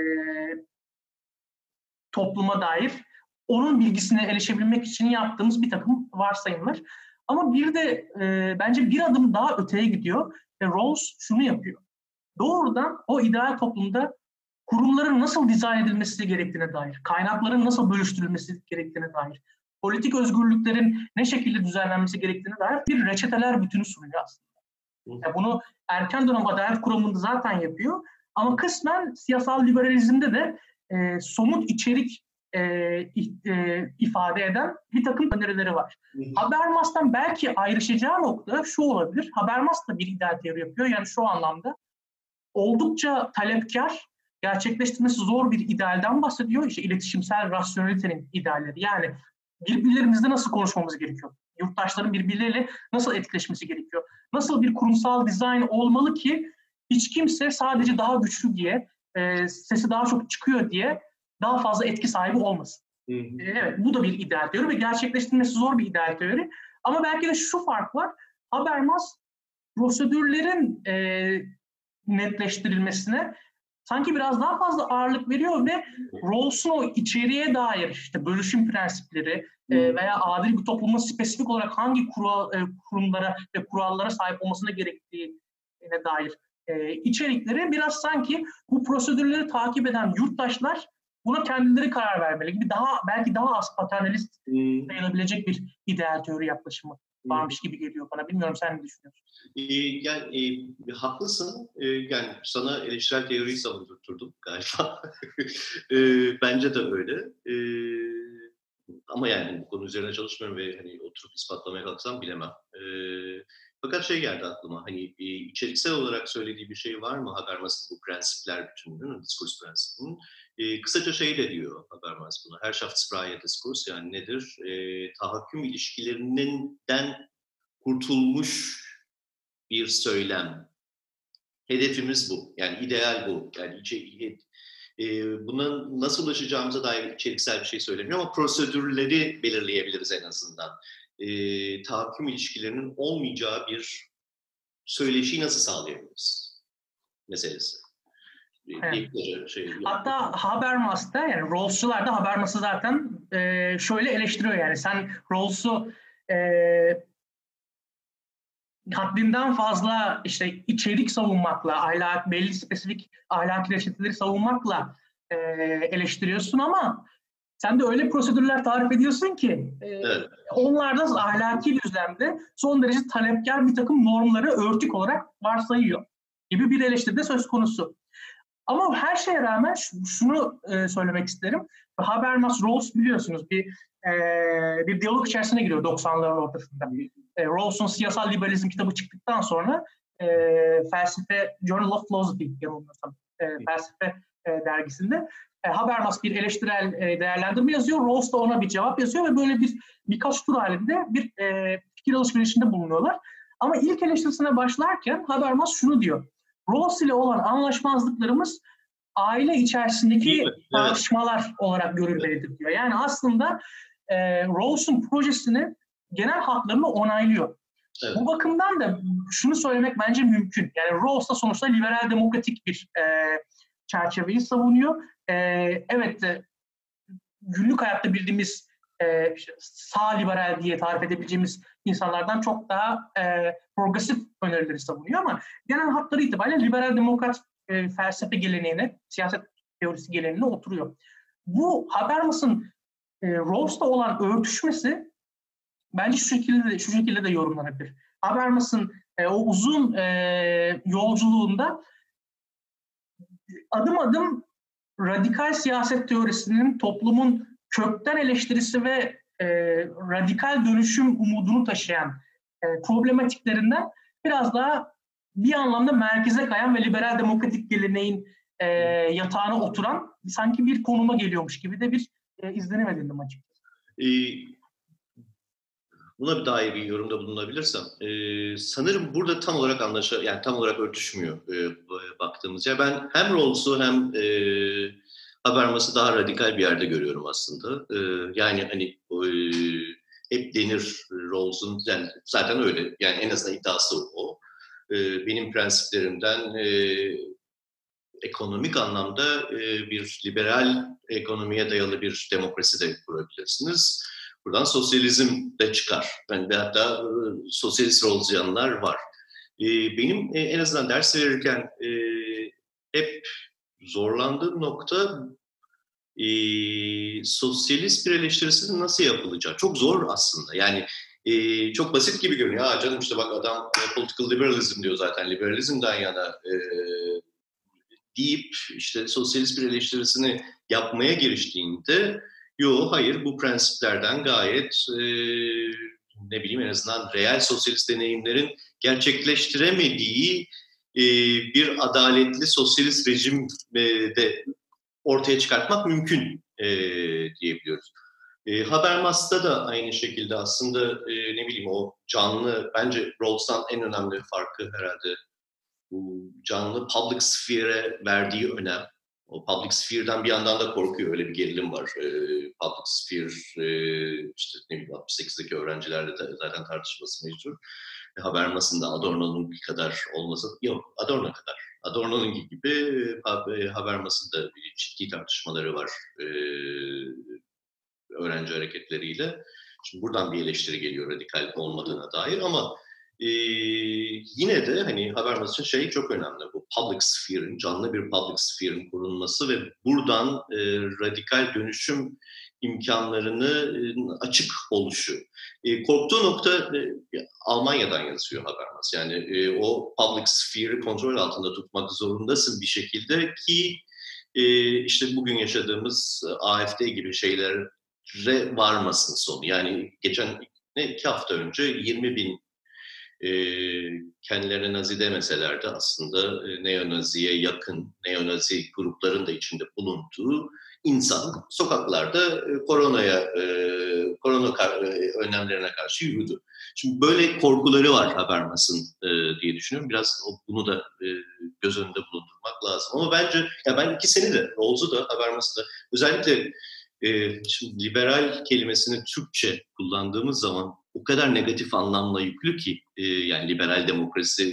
topluma dair onun bilgisine erişebilmek için yaptığımız bir takım varsayımlar. Ama bir de bence bir adım daha öteye gidiyor ve Rawls şunu yapıyor. Doğrudan o ideal toplumda kurumların nasıl dizayn edilmesi gerektiğine dair, kaynakların nasıl bölüştürülmesi gerektiğine dair, politik özgürlüklerin ne şekilde düzenlenmesi gerektiğine dair bir reçeteler bütünü sunuyor aslında. Yani bunu erken dönem adalet kuramında zaten yapıyor ama kısmen siyasal liberalizmde de somut içerik ifade eden bir takım önerileri var. Habermas'tan belki ayrışacağı nokta şu olabilir. Habermas da bir ideal teori yapıyor. Yani şu anlamda oldukça talepkar, gerçekleştirmesi zor bir idealden bahsediyor. İşte iletişimsel rasyonelitenin idealleri. Yani birbirlerimizle nasıl konuşmamız gerekiyor? Yurttaşların birbirleriyle nasıl etkileşmesi gerekiyor? Nasıl bir kurumsal dizayn olmalı ki hiç kimse sadece daha güçlü diye, sesi daha çok çıkıyor diye daha fazla etki sahibi olmasın. Evet, bu da bir ideal teori ve gerçekleştirmesi zor bir ideal teori. Ama belki de şu fark var. Habermas prosedürlerin netleştirilmesine sanki biraz daha fazla ağırlık veriyor ve Rawls'un o içeriğe dair işte bölüşüm prensipleri veya adil bir toplumun spesifik olarak hangi kurumlara ve kurallara sahip olmasına gerektiğine dair içerikleri biraz sanki bu prosedürleri takip eden yurttaşlar buna kendileri karar vermeli gibi belki daha az paternalist sayılabilecek bir ideal teori yaklaşımı varmış gibi geliyor bana. Bilmiyorum, sen ne düşünüyorsun? Haklısın. Yani sana eleştirel teoriyi savundurturdum galiba. Bence de öyle. Ama yani bu konu üzerine çalışmıyorum ve hani oturup ispatlamaya kalksam bilemem. Fakat geldi aklıma. Hani içeriksel olarak söylediği bir şey var mı Habermas'ın bu prensipler bütününün, diskurs prensibinin? Kısaca de diyor Habermas buna. Herrschaftsfreie Diskurs yani nedir? Tahakküm ilişkilerinden kurtulmuş bir söylem. Hedefimiz bu. Yani ideal bu. Yani buna nasıl ulaşacağımıza dair içeriksel bir şey söylemiyor ama prosedürleri belirleyebiliriz en azından. Tahakküm ilişkilerinin olmayacağı bir söyleşiyi nasıl sağlayabiliriz meselesi. Evet. Hatta Habermas'ta, yani Rawls'çular da Habermas'ı zaten şöyle eleştiriyor. Yani sen Rawls'u haddinden fazla işte içerik savunmakla, belli spesifik ahlaki reçeteleri savunmakla eleştiriyorsun ama sen de öyle prosedürler tarif ediyorsun ki evet. Onlar da ahlaki düzlemde son derece talepkar bir takım normları örtük olarak varsayıyor gibi bir eleştiri de söz konusu. Ama her şeye rağmen şunu söylemek isterim. Habermas Rawls biliyorsunuz bir diyalog içerisine giriyor 90'ların ortasında. Rawls'un Siyasal Liberalizm kitabı çıktıktan sonra felsefe Journal of Philosophy yanılmıyorsam felsefe dergisinde Habermas bir eleştirel değerlendirme yazıyor. Rawls da ona bir cevap yazıyor ve böyle birkaç tur halinde bir fikir alışverişinde bulunuyorlar. Ama ilk eleştirisine başlarken Habermas şunu diyor. Rawls ile olan anlaşmazlıklarımız aile içerisindeki Evet. tartışmalar olarak görülmelidir diyor. Yani aslında Rawls'un projesini genel haklarını onaylıyor. Evet. Bu bakımdan da şunu söylemek bence mümkün. Yani Rawls da sonuçta liberal demokratik bir çerçeveyi savunuyor. Evet, günlük hayatta bildiğimiz işte sağ liberal diye tarif edebileceğimiz insanlardan çok daha progresif önerileri savunuyor ama genel hatları itibariyle liberal demokrat felsefe geleneğine, siyaset teorisi geleneğine oturuyor. Bu Habermas'ın Rawls'ta olan örtüşmesi bence şu şekilde de yorumlanabilir. Habermas'ın o uzun yolculuğunda adım adım radikal siyaset teorisinin toplumun kökten eleştirisi ve radikal dönüşüm umudunu taşıyan problematiklerinden biraz daha bir anlamda merkeze kayan ve liberal demokratik geleneğin yatağına oturan sanki bir konuma geliyormuş gibi de bir izlenim edindim açıkçası. Buna bir dair bir yorumda bulunabilirsem, sanırım burada tam olarak yani tam olarak örtüşmüyor baktığımız yer. Ben hem Rawls'u hem Habermas'ı daha radikal bir yerde görüyorum aslında. Yani hani hep denir Rawls'un, yani zaten öyle, yani en azından iddiası o. Benim prensiplerimden ekonomik anlamda bir liberal ekonomiye dayalı bir demokrasi de kurabilirsiniz. Buradan sosyalizm de çıkar. Yani hatta sosyalist Rawls'yanlar var. Benim en azından ders verirken hep zorlandığım nokta sosyalist bir eleştirisinin nasıl yapılacağı. Çok zor aslında. Yani çok basit gibi görünüyor. Ha canım işte bak adam political liberalism diyor zaten. Liberalizmden yana deyip işte sosyalist bir eleştirisini yapmaya giriştiğinde hayır bu prensiplerden gayet ne bileyim en azından reel sosyalist deneyimlerin gerçekleştiremediği bir adaletli sosyalist rejim de ortaya çıkartmak mümkün diyebiliyoruz. Habermas'ta da aynı şekilde aslında ne bileyim o canlı, bence Rawls'tan en önemli farkı herhalde bu canlı public sphere'e verdiği önem. O public sphere'den bir yandan da korkuyor. Öyle bir gerilim var. Public sphere işte ne bileyim 68'deki öğrencilerle de zaten tartışması mecbur. Habermas'ın da Adorno'nun bir kadar olmasa, yok Adorno kadar. Adorno'nun gibi Habermas'ın da ciddi tartışmaları var öğrenci hareketleriyle. Şimdi buradan bir eleştiri geliyor radikal olmadığına dair ama yine de hani Habermas için şey çok önemli. Bu public sphere'in, canlı bir public sphere'in kurulması ve buradan radikal dönüşüm imkanlarının açık oluşu. Korktuğu nokta Almanya'dan yazıyor Habermas. Yani o public sphere'i kontrol altında tutmak zorundasın bir şekilde ki işte bugün yaşadığımız AfD gibi şeylere varmasın sonu. Yani geçen 2 hafta önce 20.000 kendilerine Nazi demeseler de aslında neonaziye yakın, neonazi grupların da içinde bulunduğu insan sokaklarda korona önlemlerine karşı yürüdü. Şimdi böyle korkuları var Habermas'ın diye düşünüyorum. Biraz bunu da göz önünde bulundurmak lazım. Ama bence ya ben ikisini de, Rawls'u da Habermas'ı da özellikle şimdi liberal kelimesini Türkçe kullandığımız zaman o kadar negatif anlamla yüklü ki yani liberal demokrasi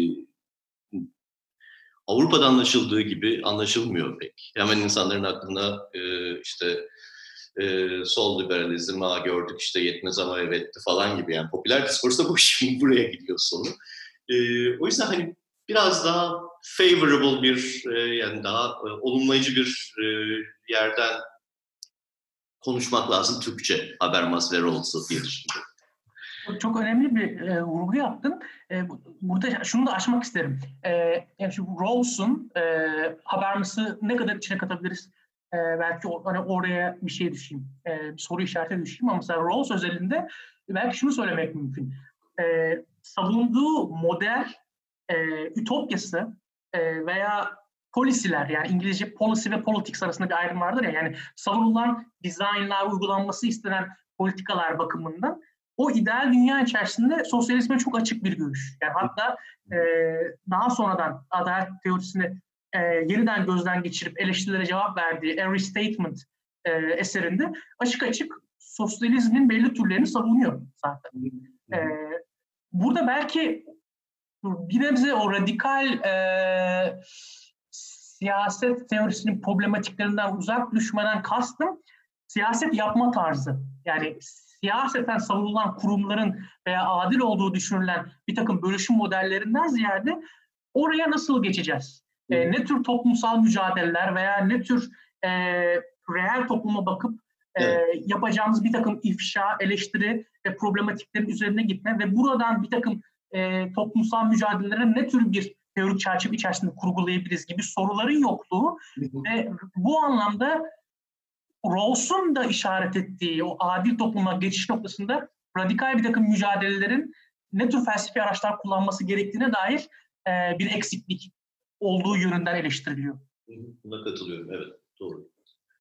Avrupa'da anlaşıldığı gibi anlaşılmıyor pek. Hemen insanların aklına işte sol liberalizm gördük işte yetmez ama evetti falan gibi yani popüler diskursta bu şimdi buraya gidiyor sonu. O yüzden hani biraz daha favorable bir yani daha olumlayıcı bir yerden konuşmak lazım Türkçe Habermas ve Rawls'u diye düşünüyorum. Çok önemli bir vurgu yaptın. Burada şunu da aşmak isterim. Yani şu Rawls'un Habermas'ı ne kadar içine katabiliriz? Belki hani oraya bir şey düşeyim, bir soru işareti düşeyim ama mesela Rawls özelinde belki şunu söylemek mümkün. Savunduğu model ütopyası veya policy'ler, yani İngilizce policy ve politics arasında bir ayrım vardır ya, yani savunulan dizaynlar, uygulanması istenen politikalar bakımından o ideal dünya içerisinde sosyalizme çok açık bir görüş. Yani hatta daha sonradan adalet teorisini yeniden gözden geçirip eleştirilere cevap verdiği A Restatement eserinde açık açık sosyalizmin belli türlerini savunuyor zaten. Burada belki bir nebze o radikal siyaset teorisinin problematiklerinden uzak düşmeden kastım siyaset yapma tarzı. Yani siyaseten savunulan kurumların veya adil olduğu düşünülen bir takım bölüşüm modellerinden ziyade oraya nasıl geçeceğiz? Ne tür toplumsal mücadeleler veya ne tür reel topluma bakıp yapacağımız bir takım ifşa, eleştiri ve problematiklerin üzerine gitme ve buradan bir takım toplumsal mücadelelerin ne tür bir teorik çerçeve içerisinde kurgulayabiliriz gibi soruların yokluğu ve bu anlamda Rawls'un da işaret ettiği o adil topluma geçiş noktasında radikal bir takım mücadelelerin ne tür felsefi araçlar kullanması gerektiğine dair bir eksiklik olduğu yönünden eleştiriliyor. Buna katılıyorum, evet, doğru.